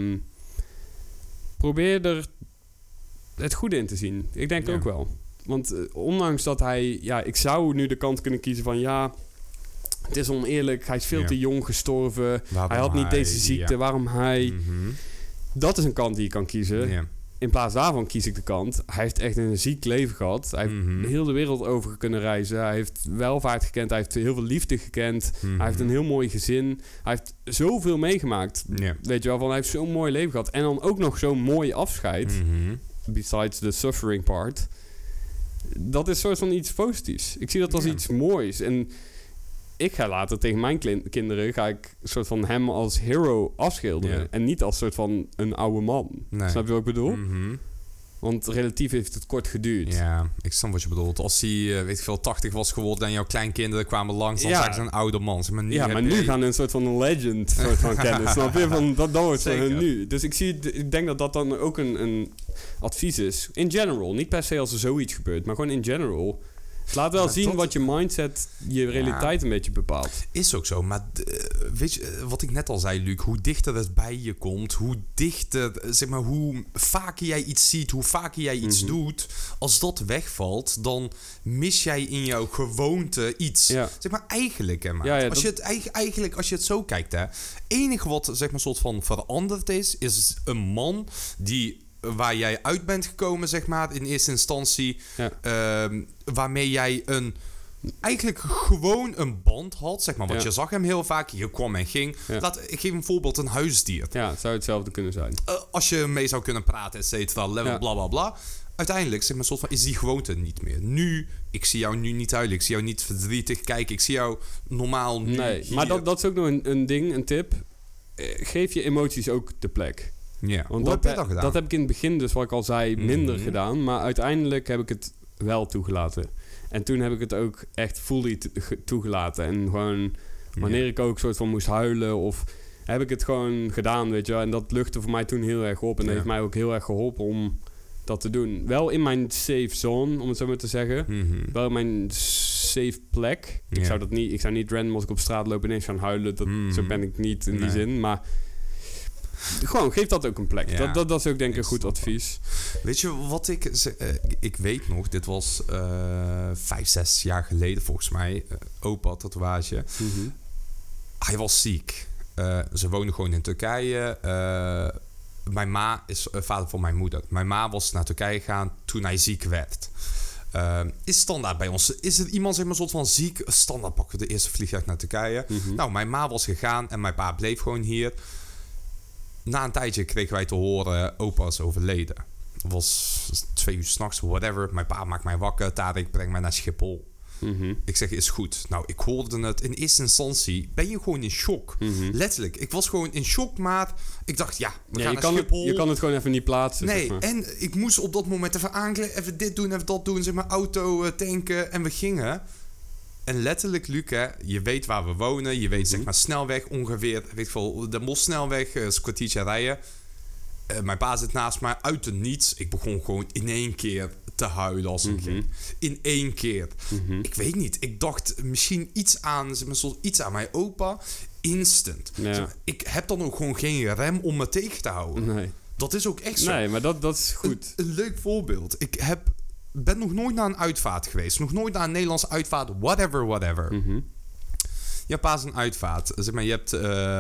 Probeer er het goede in te zien. Ik denk ook wel. Want ondanks dat hij... Ja, ik zou nu de kant kunnen kiezen van... Ja, het is oneerlijk. Hij is veel te jong gestorven. Hij had niet deze ziekte. Waarom hij... Dat is een kant die je kan kiezen. In plaats daarvan kies ik de kant. Hij heeft echt een ziek leven gehad. Hij heeft heel de wereld over kunnen reizen. Hij heeft welvaart gekend. Hij heeft heel veel liefde gekend. Hij heeft een heel mooi gezin. Hij heeft zoveel meegemaakt. Weet je wel, van hij heeft zo'n mooi leven gehad. En dan ook nog zo'n mooi afscheid. Besides the suffering part. Dat is soort van iets positiefs. Ik zie dat als iets moois. En ik ga later tegen mijn kinderen... ga ik soort van hem als hero afschilderen. En niet als soort van een oude man. Nee. Snap je wat ik bedoel? Want relatief heeft het kort geduurd. Ja, ik snap wat je bedoelt. Als hij, weet ik veel, 80 was geworden... en jouw kleinkinderen kwamen langs... dan zagen ze een oude man. Maar nu gaan een soort van een legend soort van kennen. Snap je? Van, dat wordt van hun nu. Dus ik denk dat dan ook een advies is. In general. Niet per se als er zoiets gebeurt. Maar gewoon in general... Het laat wel zien wat je mindset, je realiteit een beetje bepaalt. Is ook zo, maar weet je, wat ik net al zei, Luc, hoe dichter het bij je komt, hoe dichter, zeg maar, hoe vaker jij iets ziet, hoe vaker jij iets doet, als dat wegvalt, dan mis jij in jouw gewoonte iets. Ja. Zeg maar, eigenlijk, hè, Ja, als je het eigenlijk, als je het zo kijkt, hè, enige wat, zeg maar, soort van veranderd is een man waar jij uit bent gekomen, zeg maar, in eerste instantie, waarmee jij eigenlijk gewoon een band had, zeg maar, want je zag hem heel vaak, je kwam en ging. Ik geef een voorbeeld, een huisdier. Ja, het zou hetzelfde kunnen zijn. Als je mee zou kunnen praten, et cetera, bla bla bla. Uiteindelijk, zeg maar, soort van, is die gewoonte niet meer. Nu, ik zie jou nu niet huilen, ik zie jou niet verdrietig kijken, ik zie jou normaal nu. Nee, maar dat is ook nog een ding, een tip. Geef je emoties ook de plek. Ja. Want Hoe heb je dat gedaan? Dat heb ik in het begin, dus wat ik al zei, minder gedaan. Maar uiteindelijk heb ik het wel toegelaten. En toen heb ik het ook echt fully toegelaten. En gewoon, wanneer ik ook soort van moest huilen of heb ik het gewoon gedaan, weet je wel. En dat luchtte voor mij toen heel erg op. En heeft mij ook heel erg geholpen om dat te doen. Wel in mijn safe zone, om het zo maar te zeggen. Wel in mijn safe plek. Ik zou niet random als ik op straat loop ineens gaan huilen. Zo ben ik niet in die zin. Maar gewoon, geef dat ook een plek. Ja, dat is ook denk ik een goed advies. Weet je wat ik weet nog, dit was 5-6 jaar geleden volgens mij. Opa tatoeage. Hij was ziek. Ze wonen gewoon in Turkije. Mijn ma is vader van mijn moeder. Mijn ma was naar Turkije gegaan toen hij ziek werd. Is standaard bij ons. Is er iemand, zeg maar, soort van ziek? Standaard pakken we de eerste vliegtuig naar Turkije. Nou, mijn ma was gegaan en mijn pa bleef gewoon hier. Na een tijdje kregen wij te horen, opa is overleden. Het was 2 uur 's nachts, whatever. Mijn pa maakt mij wakker. Tarek brengt mij naar Schiphol. Ik zeg, is goed. Nou, ik hoorde het. In eerste instantie ben je gewoon in shock. Letterlijk. Ik was gewoon in shock, maar ik dacht, we gaan naar Schiphol. Je kan het gewoon even niet plaatsen. Nee, zeg maar. En ik moest op dat moment even aankleden. Even dit doen, even dat doen. Zeg maar, auto tanken. En we gingen. En letterlijk, Luc, hè, je weet waar we wonen. Je weet, zeg maar, snelweg ongeveer. Weet ik veel, de Bossnelweg, een kwartiertje rijden. Mijn pa zit naast mij, uit het niets. Ik begon gewoon in één keer te huilen als een gek. In één keer. Ik weet niet. Ik dacht misschien iets aan mijn opa. Instant. Ja. Zeg maar, ik heb dan ook gewoon geen rem om me tegen te houden. Nee. Dat is ook echt zo. Nee, maar dat is goed. Een leuk voorbeeld. Ik ben nog nooit naar een uitvaart geweest. Nog nooit naar een Nederlandse uitvaart. Whatever. Je pa is een uitvaart. Zeg maar, je hebt...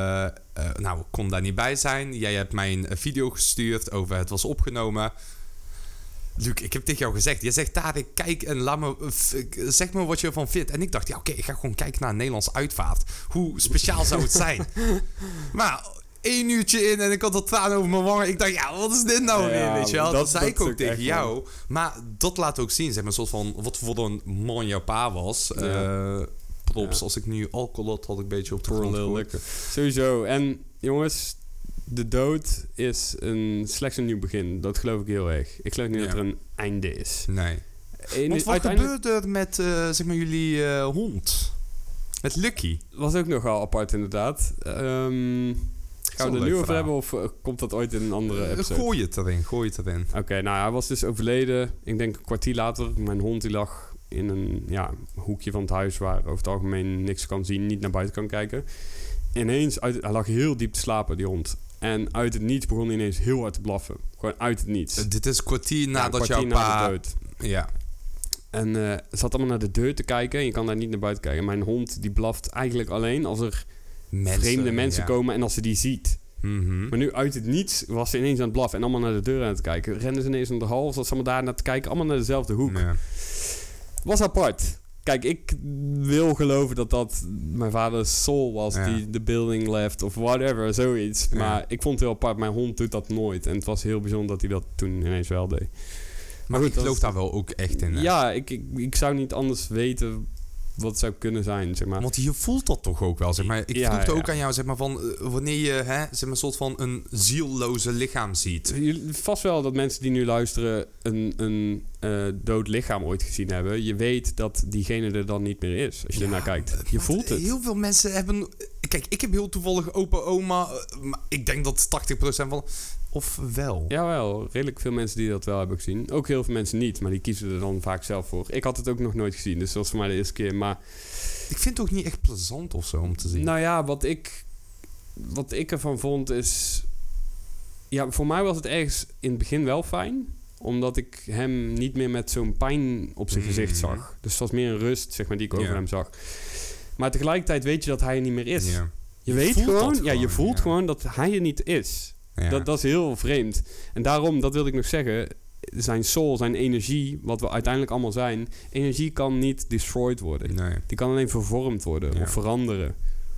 ik kon daar niet bij zijn. Jij hebt mij een video gestuurd over het was opgenomen. Luc, ik heb tegen jou gezegd. Je zegt, Tarek, kijk en zeg me wat je ervan vindt. En ik dacht, oké, ik ga gewoon kijken naar een Nederlandse uitvaart. Hoe speciaal zou het zijn? Maar 1 uurtje in en ik had al tranen over mijn wangen. Ik dacht, wat is dit nou weer? Weet je wel? Dat zei ik ook tegen jou. Maar dat laat ook zien, zeg maar, een soort van wat voor een man jouw pa was. Props, als ik nu alcohol had ik een beetje op de grond gegooid. Sowieso. En jongens, de dood is slechts een nieuw begin. Dat geloof ik heel erg. Ik geloof niet dat er een einde is. Nee. Want wat gebeurde er met zeg maar jullie hond? Met Lucky? Was ook nogal apart inderdaad. Gaan we er nu over hebben of komt dat ooit in een andere episode? Gooi het erin. Oké, hij was dus overleden. Ik denk een kwartier later. Mijn hond die lag in een hoekje van het huis waar over het algemeen niks kan zien, niet naar buiten kan kijken. Ineens, hij lag heel diep te slapen, die hond. En uit het niets begon hij ineens heel hard te blaffen. Gewoon uit het niets. Dit is een kwartier nadat jouw pa... de dood. Ja. En zat allemaal naar de deur te kijken. En je kan daar niet naar buiten kijken. Mijn hond die blaft eigenlijk alleen als er vreemde mensen komen en als ze die ziet. Maar nu uit het niets was ze ineens aan het blaffen en allemaal naar de deur aan het kijken. Renden ze ineens om de hal, zat ze allemaal daar naar te kijken. Allemaal naar dezelfde hoek. Ja. Was apart. Kijk, ik wil geloven dat mijn vaders soul was die de building left of whatever, zoiets. Ja. Maar ik vond het heel apart. Mijn hond doet dat nooit. En het was heel bijzonder dat hij dat toen ineens wel deed. Maar goed, ik geloof daar wel ook echt in. Hè? Ja, ik zou niet anders weten wat het zou kunnen zijn, zeg maar. Want je voelt dat toch ook wel, zeg maar. Ik vroeg het ook aan jou, zeg maar, van wanneer je, zeg maar, een soort van een zielloze lichaam ziet. Vast wel dat mensen die nu luisteren een dood lichaam ooit gezien hebben. Je weet dat diegene er dan niet meer is, als je ernaar kijkt. Je voelt het. Heel veel mensen hebben Kijk, ik heb heel toevallig opa, oma. Maar ik denk dat 80% van... Of wel? Jawel, redelijk veel mensen die dat wel hebben gezien. Ook heel veel mensen niet, maar die kiezen er dan vaak zelf voor. Ik had het ook nog nooit gezien, dus dat was voor mij de eerste keer. Maar ik vind het ook niet echt plezant of zo om te zien. Nou ja, wat ik ervan vond is... Ja, voor mij was het ergens in het begin wel fijn. Omdat ik hem niet meer met zo'n pijn op zijn gezicht zag. Dus het was meer een rust, zeg maar, die ik over hem zag. Maar tegelijkertijd weet je dat hij er niet meer is. Ja. Je weet gewoon, je voelt gewoon dat hij er niet is. Ja. Dat is heel vreemd. En daarom, dat wilde ik nog zeggen... Zijn soul, zijn energie, wat we uiteindelijk allemaal zijn... Energie kan niet destroyed worden. Nee. Die kan alleen vervormd worden of veranderen.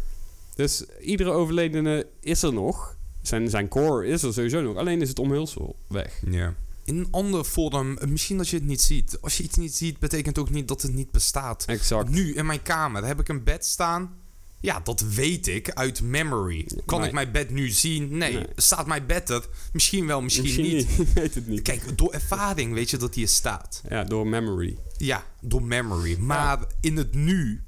Dus iedere overledene is er nog. Zijn core is er sowieso nog. Alleen is het omhulsel weg. Ja. In een andere vorm, misschien dat je het niet ziet. Als je iets niet ziet, betekent ook niet dat het niet bestaat. Exact. Nu, in mijn kamer, heb ik een bed staan... Ja, dat weet ik uit memory. Kan ik mijn bed nu zien? Nee. Staat mijn bed er? Misschien wel, misschien niet. Ik weet het niet. Kijk, door ervaring weet je dat die er staat. Ja, door memory. Ja, door memory. Maar in het nu...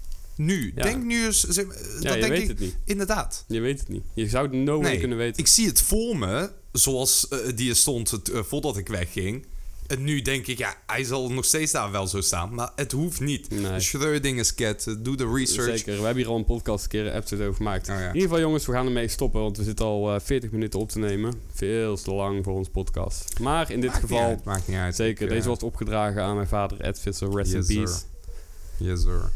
Denk nu eens... je weet het niet. Inderdaad. Je weet het niet. Je zou het nooit kunnen weten. Ik zie het voor me, zoals die er stond voordat ik wegging... En nu denk ik, hij zal nog steeds daar wel zo staan. Maar het hoeft niet. Nee. Schrödinger's cat, doe de research. Zeker. We hebben hier al een podcast een keer een episode over gemaakt. Oh, ja. In ieder geval, jongens, we gaan ermee stoppen. Want we zitten al 40 minuten op te nemen. Veel te lang voor ons podcast. Maar in dit geval... Maakt niet uit. Zeker. Deze wordt opgedragen aan mijn vader, Ed Visser. Rest in peace. Sir. Yes, sir.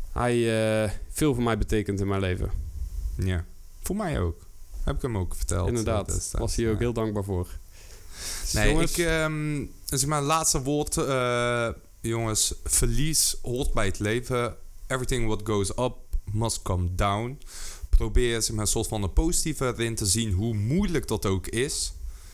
Hij veel voor mij betekent in mijn leven. Ja. Voor mij ook. Heb ik hem ook verteld. Inderdaad. Was hij ook heel dankbaar voor. Nee, jongens, zeg maar, laatste woord. Jongens, verlies hoort bij het leven. Everything what goes up must come down. Probeer zeg maar, een soort van een positieve erin te zien, hoe moeilijk dat ook is.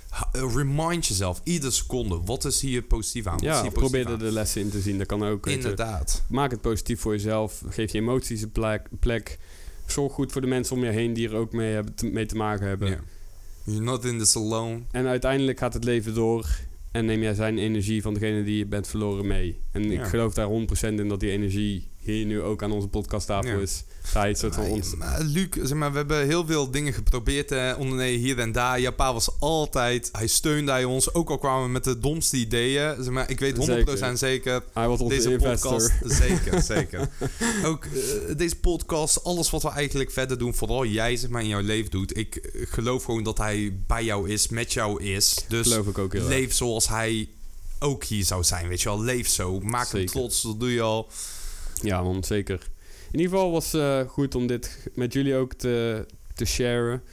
Remind jezelf, iedere seconde, wat is hier positief aan? Ja, probeer er de lessen in te zien. Dat kan ook. Inderdaad. Maak het positief voor jezelf. Geef je emoties een plek. Zorg goed voor de mensen om je heen die er ook mee te maken hebben. Yeah. You're not in this alone. En uiteindelijk gaat het leven door en neem jij zijn energie van degene die je bent verloren mee. En ik geloof daar 100% in dat die energie hier nu ook aan onze podcasttafel is. Tijd, soort van ons. Luc, zeg maar, we hebben heel veel dingen geprobeerd ondernemen hier en daar. Je pa was altijd, hij steunde ons, ook al kwamen we met de domste ideeën. Zeg maar, ik weet 100% zeker. Hij was onze deze investor. Podcast, zeker. Ook deze podcast, alles wat we eigenlijk verder doen, vooral jij zeg maar in jouw leven doet. Ik geloof gewoon dat hij bij jou is, met jou is. Dus geloof ik ook heel leef erg. zoals hij ook hier zou zijn, weet je wel. Leef zo, maak hem trots, dat doe je al. Ja man, zeker. In ieder geval was het goed om dit met jullie ook te sharen.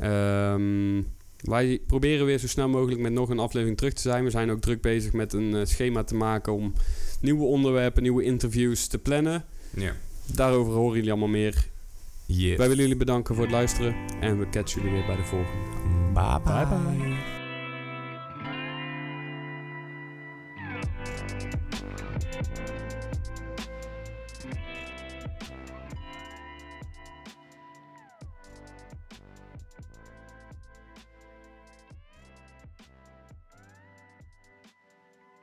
Wij proberen weer zo snel mogelijk met nog een aflevering terug te zijn. We zijn ook druk bezig met een schema te maken om nieuwe onderwerpen, nieuwe interviews te plannen. Ja. Daarover horen jullie allemaal meer. Yes. Wij willen jullie bedanken voor het luisteren en we catchen jullie weer bij de volgende. Bye bye. Bye bye.